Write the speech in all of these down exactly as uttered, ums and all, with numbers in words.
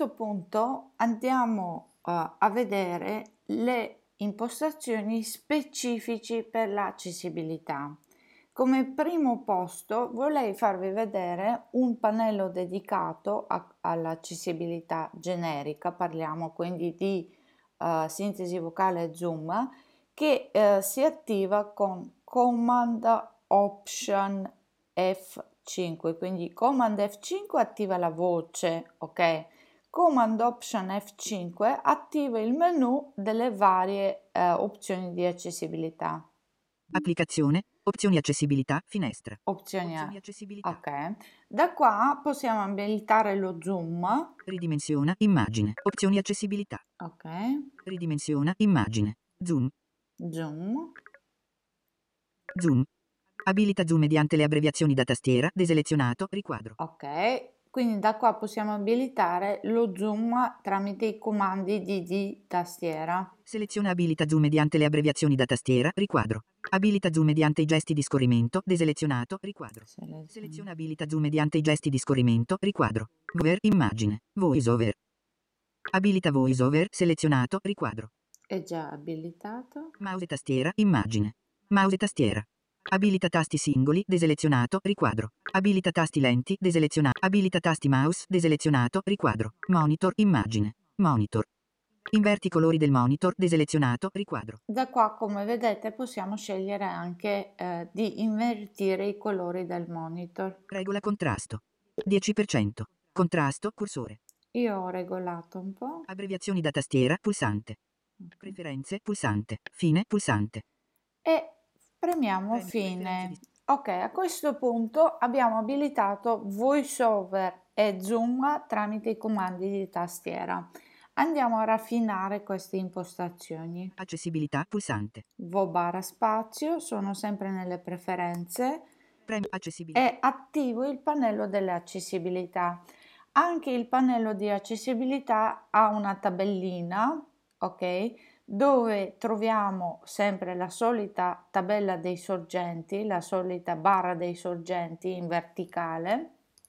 questo punto andiamo uh, a vedere le impostazioni specifici per l'accessibilità. Come primo posto vorrei farvi vedere un pannello dedicato a- all'accessibilità generica, parliamo quindi di uh, sintesi vocale Zoom, che uh, si attiva con Command Option F cinque, quindi Command F cinque attiva la voce, ok? Command Option F cinque attiva il menu delle varie eh, opzioni di accessibilità. Applicazione, opzioni accessibilità, finestra. Opzioni, Opzioni a- accessibilità. ok. Da qua possiamo abilitare lo zoom, Ridimensiona immagine. Opzioni accessibilità. ok, Ridimensiona immagine. Zoom. zoom, Zoom. Abilita zoom mediante le abbreviazioni da tastiera, deselezionato, riquadro. ok. Quindi da qua possiamo abilitare lo zoom tramite i comandi di di tastiera. Seleziona abilita zoom mediante le abbreviazioni da tastiera, riquadro. Abilita zoom mediante i gesti di scorrimento, deselezionato, riquadro. Seleziona. Seleziona abilita zoom mediante i gesti di scorrimento, riquadro. Voice immagine. Voice over. Abilita voice over, selezionato, riquadro. È già abilitato. Mouse e tastiera, immagine. Mouse e tastiera. Abilita tasti singoli, deselezionato, riquadro. Abilita tasti lenti, deselezionato. Abilita tasti mouse, deselezionato, riquadro. Monitor, immagine. Monitor. Inverti i colori del monitor, deselezionato, riquadro. Da qua, come vedete, possiamo scegliere anche eh, di invertire i colori del monitor. Regola contrasto. dieci per cento. Contrasto, cursore. Io ho regolato un po'. Abbreviazioni da tastiera, pulsante. Ok. Preferenze, pulsante. Fine, pulsante. E premiamo Premi- preferenze fine. di- Ok, a questo punto abbiamo abilitato VoiceOver e Zoom tramite i comandi di tastiera. Andiamo a raffinare queste impostazioni. Accessibilità, pulsante. V barra spazio, sono sempre nelle preferenze. Premi- accessibilità. E attivo il pannello delle accessibilità. Anche il pannello di accessibilità ha una tabellina, ok, dove troviamo sempre la solita tabella dei sorgenti, la solita barra dei sorgenti in verticale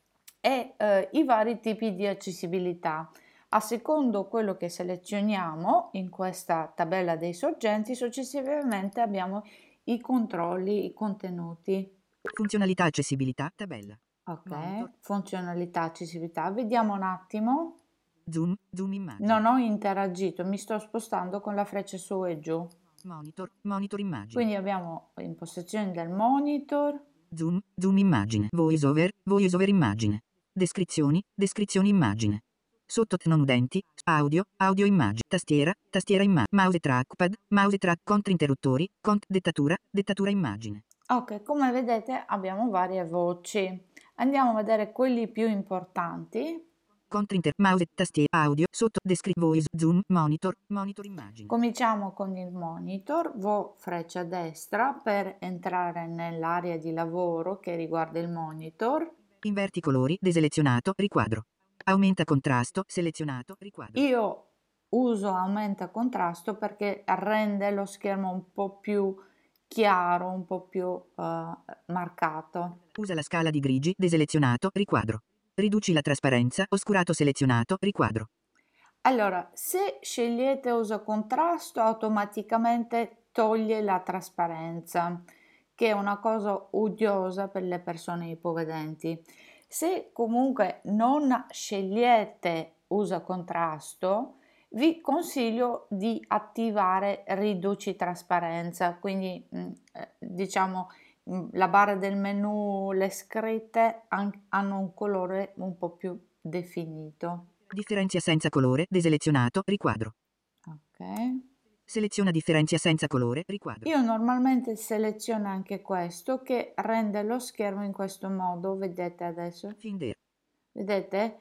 e eh, i vari tipi di accessibilità. A secondo quello che selezioniamo in questa tabella dei sorgenti, successivamente abbiamo i controlli, i contenuti. Funzionalità accessibilità, tabella. Ok, Monitor. funzionalità, accessibilità. Vediamo un attimo. Zoom, zoom immagine. Non ho interagito, mi sto spostando con la freccia su e giù. Monitor, monitor immagine. Quindi abbiamo impostazioni del monitor. Zoom, zoom immagine. Voice over, voice over immagine. Descrizioni, descrizioni immagine. Sotto non udenti, audio, audio immagine. Tastiera, tastiera immagine. Mouse e trackpad, mouse e track controinterruttori, cont dettatura, dettatura immagine. Ok, come vedete abbiamo varie voci. Andiamo a vedere quelli più importanti. Controinter, mouse, tastiera, audio, sotto, descri, voice, zoom, monitor, monitor immagine. Cominciamo con il monitor, vo freccia destra per entrare nell'area di lavoro che riguarda il monitor. Inverti colori, deselezionato, riquadro. Aumenta contrasto, selezionato, riquadro. Io uso aumenta contrasto perché rende lo schermo un po' più chiaro, un po' più uh, marcato. Usa la scala di grigi, deselezionato, riquadro. Riduci la trasparenza, oscurato selezionato, riquadro. Allora, se scegliete uso contrasto, automaticamente toglie la trasparenza, che è una cosa odiosa per le persone ipovedenti. Se comunque non scegliete usa contrasto, vi consiglio di attivare riduci trasparenza, quindi mh, eh, diciamo mh, la barra del menu, le scritte han- hanno un colore un po' più definito. Differenzia senza colore, deselezionato, riquadro. Ok. Seleziona differenzia senza colore, riquadro. Io normalmente seleziono anche questo che rende lo schermo in questo modo, vedete adesso? Finder. Vedete?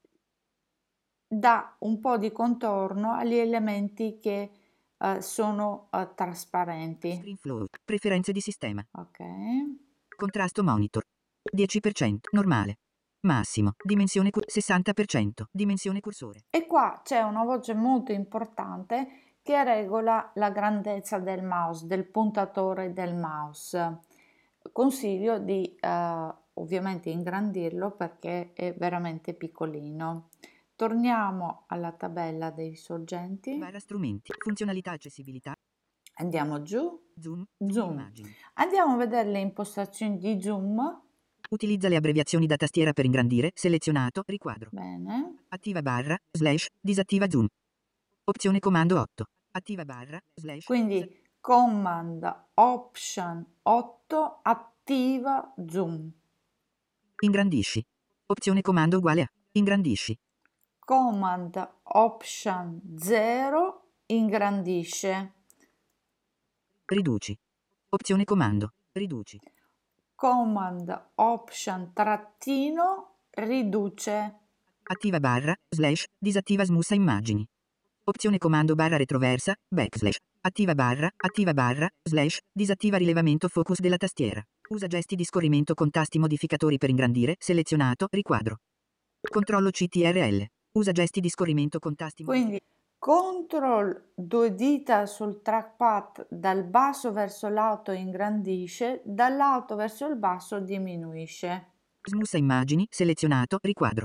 Dà un po' di contorno agli elementi che eh, sono eh, trasparenti. Screen flow. Preferenze di sistema. Ok. Contrasto monitor. dieci per cento. Normale. Massimo. Dimensione cur- sessanta per cento. Dimensione cursore. E qua c'è una voce molto importante che regola la grandezza del mouse, del puntatore del mouse. Consiglio di eh, ovviamente ingrandirlo perché è veramente piccolino. torniamo alla tabella dei sorgenti, Barra strumenti. Funzionalità accessibilità. andiamo giù, Zoom. Zoom zoom, immagini. andiamo a vedere le impostazioni di zoom, Utilizza le abbreviazioni da tastiera per ingrandire. Selezionato. Riquadro. bene, Attiva barra. Slash. Disattiva zoom. Opzione comando otto. Attiva barra. Slash. quindi Command Option otto attiva zoom, Ingrandisci. Opzione comando uguale a. Ingrandisci. Command Option zero ingrandisce, Riduci. Opzione comando. Riduci. Command Option trattino riduce, Attiva barra. Slash. Disattiva smussa immagini. Opzione comando barra retroversa. Backslash. Attiva barra. Attiva barra. Slash. Disattiva rilevamento focus della tastiera. Usa gesti di scorrimento con tasti modificatori per ingrandire. Selezionato. Riquadro. Controllo C T R L. Usa gesti di scorrimento con tasti quindi Control due dita sul trackpad dal basso verso l'alto ingrandisce, dall'alto verso il basso diminuisce. Smussa immagini. Selezionato. Riquadro.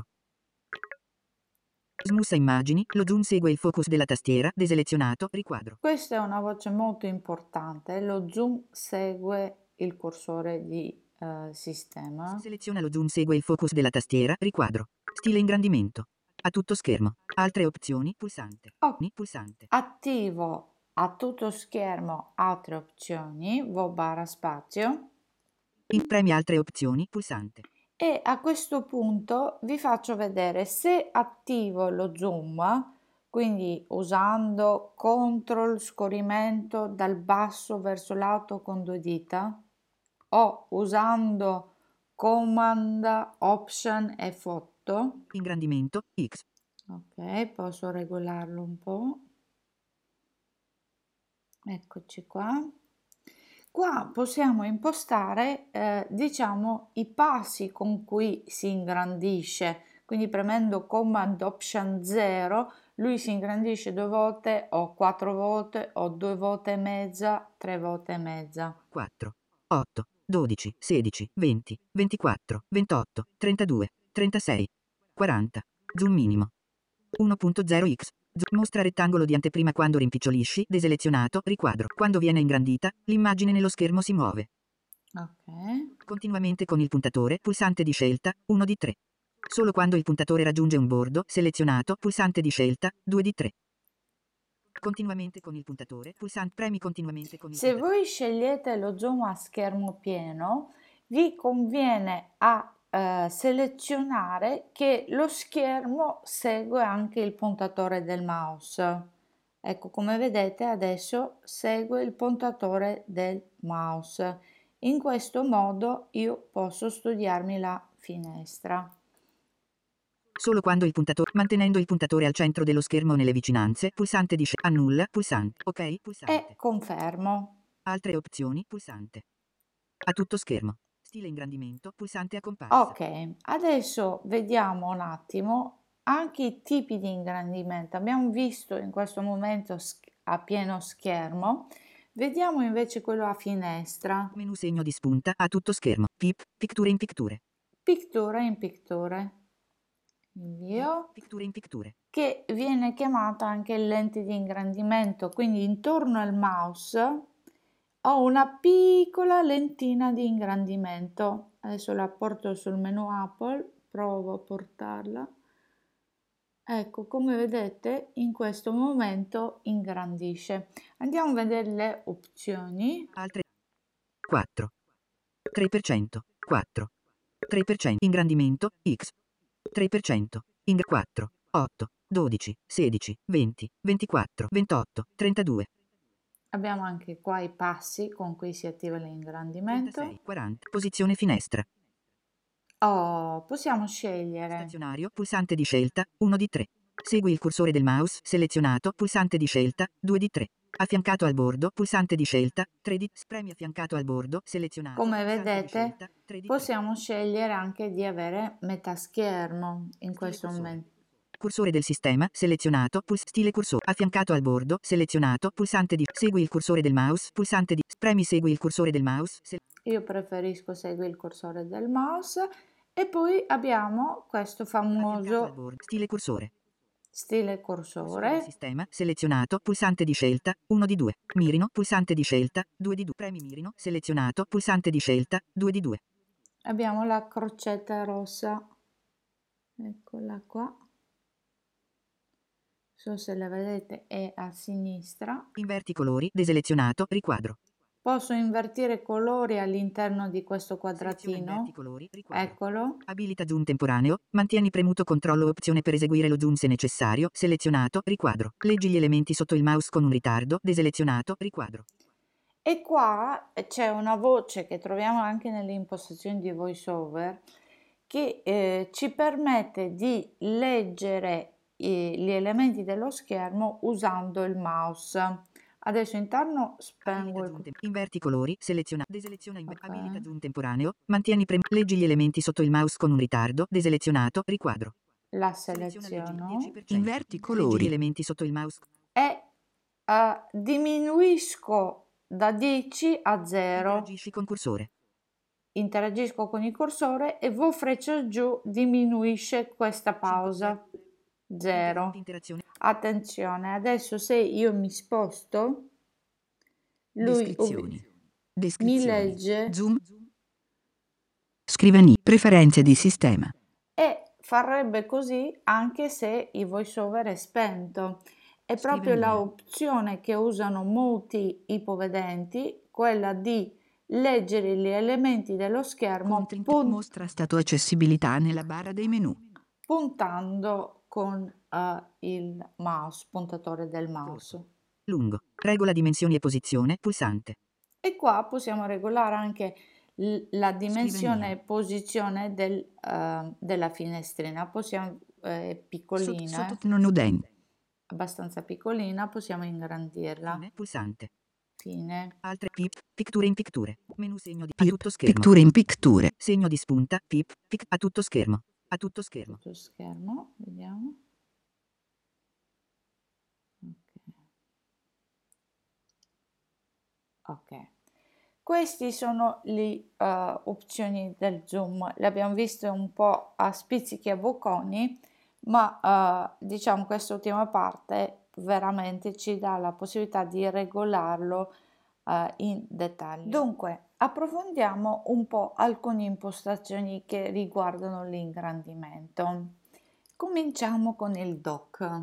Smussa immagini. Lo zoom segue il focus della tastiera. Deselezionato. Riquadro. Questa è una voce molto importante, lo zoom segue il cursore di eh, sistema. Seleziona lo zoom segue il focus della tastiera. Riquadro. Stile ingrandimento. A tutto schermo. Altre opzioni. Pulsante. Oh, Pulsante. attivo a tutto schermo altre opzioni, V barra spazio. In premi altre opzioni. Pulsante. E a questo punto vi faccio vedere se attivo lo zoom, quindi usando control scorrimento dal basso verso l'alto con due dita o usando command option F otto. Ingrandimento. X. Ok, posso regolarlo un po'. Eccoci qua. Qua possiamo impostare, eh, diciamo, i passi con cui si ingrandisce. Quindi premendo Command Option zero, lui si ingrandisce due volte, o quattro volte, o due volte e mezza, tre volte e mezza. quattro, otto, dodici, sedici, venti, ventiquattro, ventotto, trentadue, trentasei, quaranta. Zoom minimo. uno punto zero x. Mostra rettangolo di anteprima quando rimpicciolisci. Deselezionato. Riquadro. Quando viene ingrandita, l'immagine nello schermo si muove. Ok. Continuamente con il puntatore. Pulsante di scelta. uno di tre. Solo quando il puntatore raggiunge un bordo. Selezionato. Pulsante di scelta. due di tre. Continuamente con il puntatore. Pulsante. Premi continuamente con il Se puntatore. voi scegliete lo zoom a schermo pieno, vi conviene a eh, selezionare che lo schermo segue anche il puntatore del mouse. Ecco, come vedete adesso segue il puntatore del mouse. In questo modo io posso studiarmi la finestra. Solo quando il puntatore, mantenendo il puntatore al centro dello schermo nelle vicinanze, pulsante di scelta, annulla, pulsante, ok, pulsante. E confermo. Altre opzioni, pulsante. A tutto schermo. Stile ingrandimento, pulsante a comparsa. Ok, adesso vediamo un attimo anche i tipi di ingrandimento. Abbiamo visto in questo momento a pieno schermo. Vediamo invece quello a finestra. Menu segno di spunta, a tutto schermo. Pip, picture in picture. Picture in picture. Invio. Picture in picture. Che viene chiamata anche lente di ingrandimento. Quindi intorno al mouse ho una piccola lentina di ingrandimento. Adesso la porto sul menu Apple, provo a portarla. Ecco, come vedete in questo momento ingrandisce. Andiamo a vedere le opzioni. Altre quattro, tre per cento, quattro, tre per cento, ingrandimento, X, tre per cento, ing quattro, otto, dodici, sedici, venti, ventiquattro, ventotto, trentadue. Abbiamo anche qua i passi con cui si attiva l'ingrandimento. trentasei, quaranta, posizione finestra. Oh, possiamo scegliere. Stazionario, pulsante di scelta, uno di tre. Segui il cursore del mouse, selezionato, pulsante di scelta, due di tre. Affiancato al bordo, pulsante di scelta, tre di premi affiancato al bordo, selezionato. Come pulsante di vedete, scelta, tre di tre. possiamo scegliere anche di avere metà schermo in Stile questo cursore. momento. Cursore del sistema, selezionato, puls- stile cursore, affiancato al bordo, selezionato, pulsante di segui il cursore del mouse, pulsante di premi segui il cursore del mouse. se- Io preferisco seguire il cursore del mouse e poi abbiamo questo Affiancato al famoso bordo, stile cursore. stile Cursore del cursore, sistema selezionato, pulsante di scelta, uno di due. Mirino, pulsante di scelta, due di due. Premi mirino, selezionato, pulsante di scelta, due di due. abbiamo la crocetta rossa, eccola qua, non so se la vedete, è a sinistra. Inverti colori, deselezionato, riquadro. Posso invertire colori all'interno di questo Seleziona inverti quadratino, colori, riquadro. eccolo, Abilita zoom temporaneo, mantieni premuto controllo opzione per eseguire lo zoom se necessario, selezionato, riquadro. Leggi gli elementi sotto il mouse con un ritardo, deselezionato, riquadro. e qua c'è una voce che troviamo anche nelle impostazioni di VoiceOver che eh, ci permette di leggere eh, gli elementi dello schermo usando il mouse. Adesso intanto spengo Abilita il... zoom tem- inverti colori, seleziona, deseleziona inve- Ok. abilita zoom temporaneo, mantieni premuto, leggi gli elementi sotto il mouse con un ritardo, deselezionato, riquadro. La Seleziona leggi seleziono dieci per cento. Inverti Leggi gli colori. elementi sotto il mouse. e eh, diminuisco da dieci a zero. Interagisci con cursore. Interagisco con il cursore e V freccia giù diminuisce questa pausa. zero. Interrompi interazione. Attenzione, adesso se io mi sposto, lui Descrizioni. mi Descrizioni. legge Zoom. Scrivania. Preferenze di sistema. e farebbe così anche se il voiceover è spento. È proprio Scrivania. l'opzione che usano molti ipovedenti, quella di leggere gli elementi dello schermo Content pun- mostra stato accessibilità nella barra dei menu. puntando con eh, il mouse, puntatore del mouse. Lungo. Regola dimensioni e posizione, pulsante. E qua possiamo regolare anche l- la dimensione e Scrivania. posizione del, eh, della finestrina. Possiamo, eh, Sot- piccolina, eh, Sottotono udente. abbastanza piccolina, possiamo ingrandirla. Fine, pulsante. Fine. Altre pip, pitture in pitture. Menu segno di a Pip. tutto schermo. Pitture in pitture. Segno di spunta, pip, pic, a tutto schermo. A tutto schermo. Tutto schermo, vediamo. Ok. Ok. Queste sono le eh, opzioni del zoom. Le abbiamo viste un po' a spizzichi e bocconi, ma eh, diciamo quest'ultima parte veramente ci dà la possibilità di regolarlo eh, in dettaglio. Dunque, approfondiamo un po' alcune impostazioni che riguardano l'ingrandimento. Cominciamo con il dock.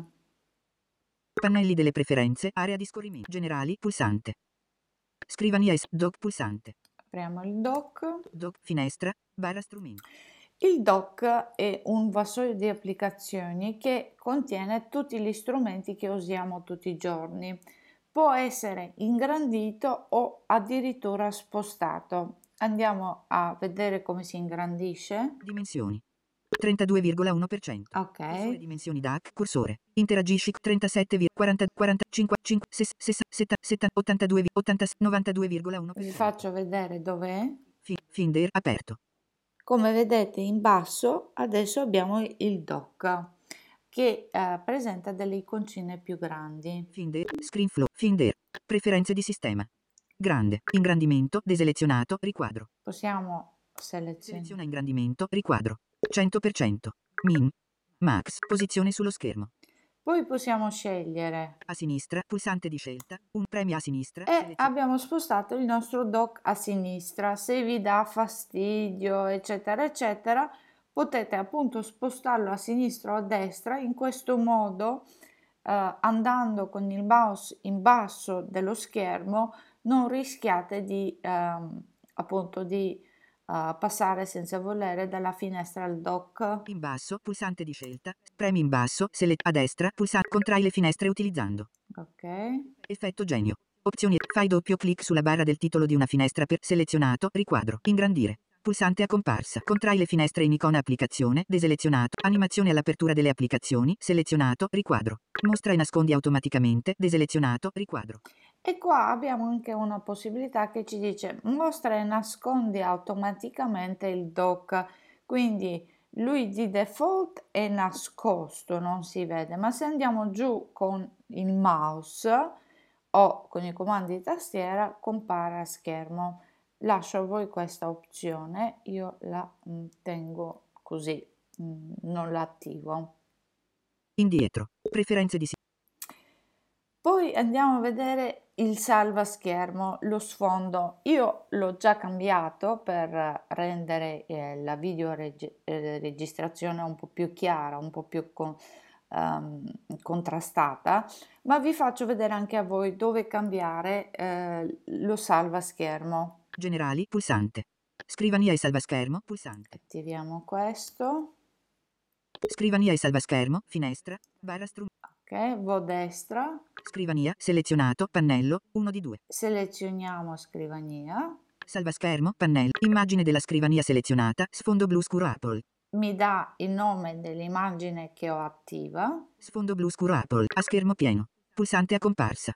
Pannelli delle preferenze, area di scorrimento. Generali, pulsante. Scrivania e dock, pulsante. Apriamo il dock. Dock, finestra, barra strumenti. Il dock è un vassoio di applicazioni che contiene tutti gli strumenti che usiamo tutti i giorni. Può essere ingrandito o addirittura spostato. Andiamo a vedere come si ingrandisce. Dimensioni. trentadue virgola uno per cento. Ok. Cursore dimensioni D A C, cursore. Interagisci quarantasette, quaranta, quarantacinque, cinque, sessanta, settanta, ottantadue, ottanta, novantadue virgola uno per cento. Vi faccio vedere dov'è. Fi- Finder aperto. Come vedete in basso adesso abbiamo il dock che eh, presenta delle iconcine più grandi. Finder, screen flow, Finder. Preferenze di sistema. Grande, ingrandimento, deselezionato, riquadro. Possiamo selezionare. Seleziona ingrandimento, riquadro. cento per cento. Min. Max, posizione sullo schermo. Poi possiamo scegliere A sinistra, pulsante di scelta, un premio a sinistra. e selezio- abbiamo spostato il nostro dock a sinistra. Se vi dà fastidio, eccetera, eccetera, potete appunto spostarlo a sinistra o a destra. In questo modo, eh, andando con il mouse in basso dello schermo, non rischiate di ehm, appunto di eh, passare senza volere dalla finestra al dock. In basso, pulsante di scelta, premi in basso, sele- a destra, pulsante, contrai le finestre utilizzando. Ok. Effetto genio. Opzioni, fai doppio clic sulla barra del titolo di una finestra per selezionato, riquadro, ingrandire. Pulsante a comparsa. Contrai le finestre in icona applicazione, deselezionato, animazione all'apertura delle applicazioni, selezionato, riquadro. Mostra e nascondi automaticamente, deselezionato, riquadro. E qua abbiamo anche una possibilità che ci dice mostra e nascondi automaticamente il dock, quindi lui di default è nascosto, non si vede, ma se andiamo giù con il mouse o con i comandi di tastiera compare a schermo. Lascio a voi questa opzione, io la mm, tengo così, mm, non la attivo. Indietro. Preferenze di sistema. Poi andiamo a vedere il salva schermo, lo sfondo. Io l'ho già cambiato per rendere eh, la video reg- eh, registrazione un po' più chiara, un po' più con, ehm, contrastata, ma vi faccio vedere anche a voi dove cambiare eh, lo salva schermo. Generali. Pulsante. Scrivania e salvaschermo. Pulsante. Attiviamo questo. Scrivania e salvaschermo. Finestra. Barra strumento. Ok, vo destra. Scrivania. Selezionato. Pannello. uno di due. Selezioniamo scrivania. Salvaschermo. Pannello. Immagine della scrivania selezionata. Sfondo blu scuro Apple. Mi dà il nome dell'immagine che ho attiva. Sfondo blu scuro Apple. A schermo pieno. Pulsante a comparsa.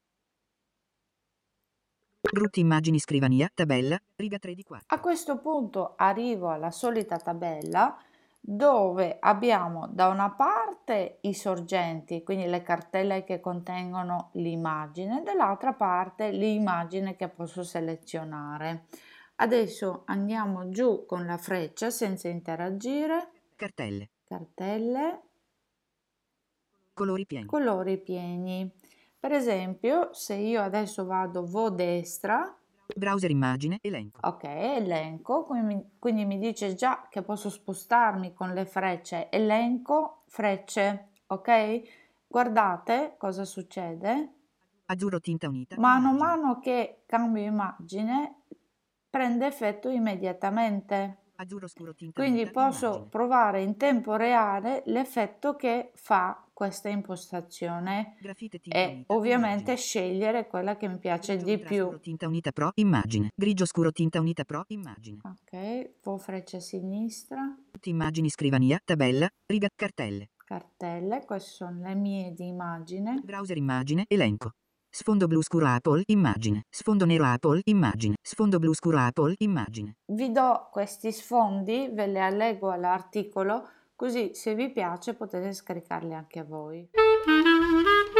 Brutti immagini scrivania. Tabella. Riga tre di quattro. A questo punto arrivo alla solita tabella dove abbiamo da una parte i sorgenti, quindi le cartelle che contengono l'immagine, dall'altra parte l'immagine che posso selezionare. Adesso andiamo giù con la freccia senza interagire. Cartelle. Cartelle. Colori pieni. Colori pieni. Per esempio, se io adesso vado vo destra, browser immagine, elenco. ok, elenco, quindi, quindi mi dice già che posso spostarmi con le frecce, elenco, frecce, ok? Guardate cosa succede. Azzurro tinta unita. Mano a immagine. mano che cambio immagine, prende effetto immediatamente. Azzurro scuro tinta Quindi unita. posso immagine. provare in tempo reale l'effetto che fa questa impostazione Grafite tinta e unita. ovviamente immagine. scegliere quella che mi piace Grigio di ultra più. scuro tinta unita pro. Immagine. Grigio scuro tinta unita pro. Immagine. Ok, vo freccia sinistra. Tutti immagini scrivania. Tabella. Riga. Cartelle. Cartelle, queste sono le mie di immagine. Browser immagine. Elenco. Sfondo blu scuro Apple. Immagine. Sfondo nero Apple. Immagine. Sfondo blu scuro Apple. Immagine. Vi do questi sfondi, ve li allego all'articolo, così se vi piace potete scaricarli anche voi.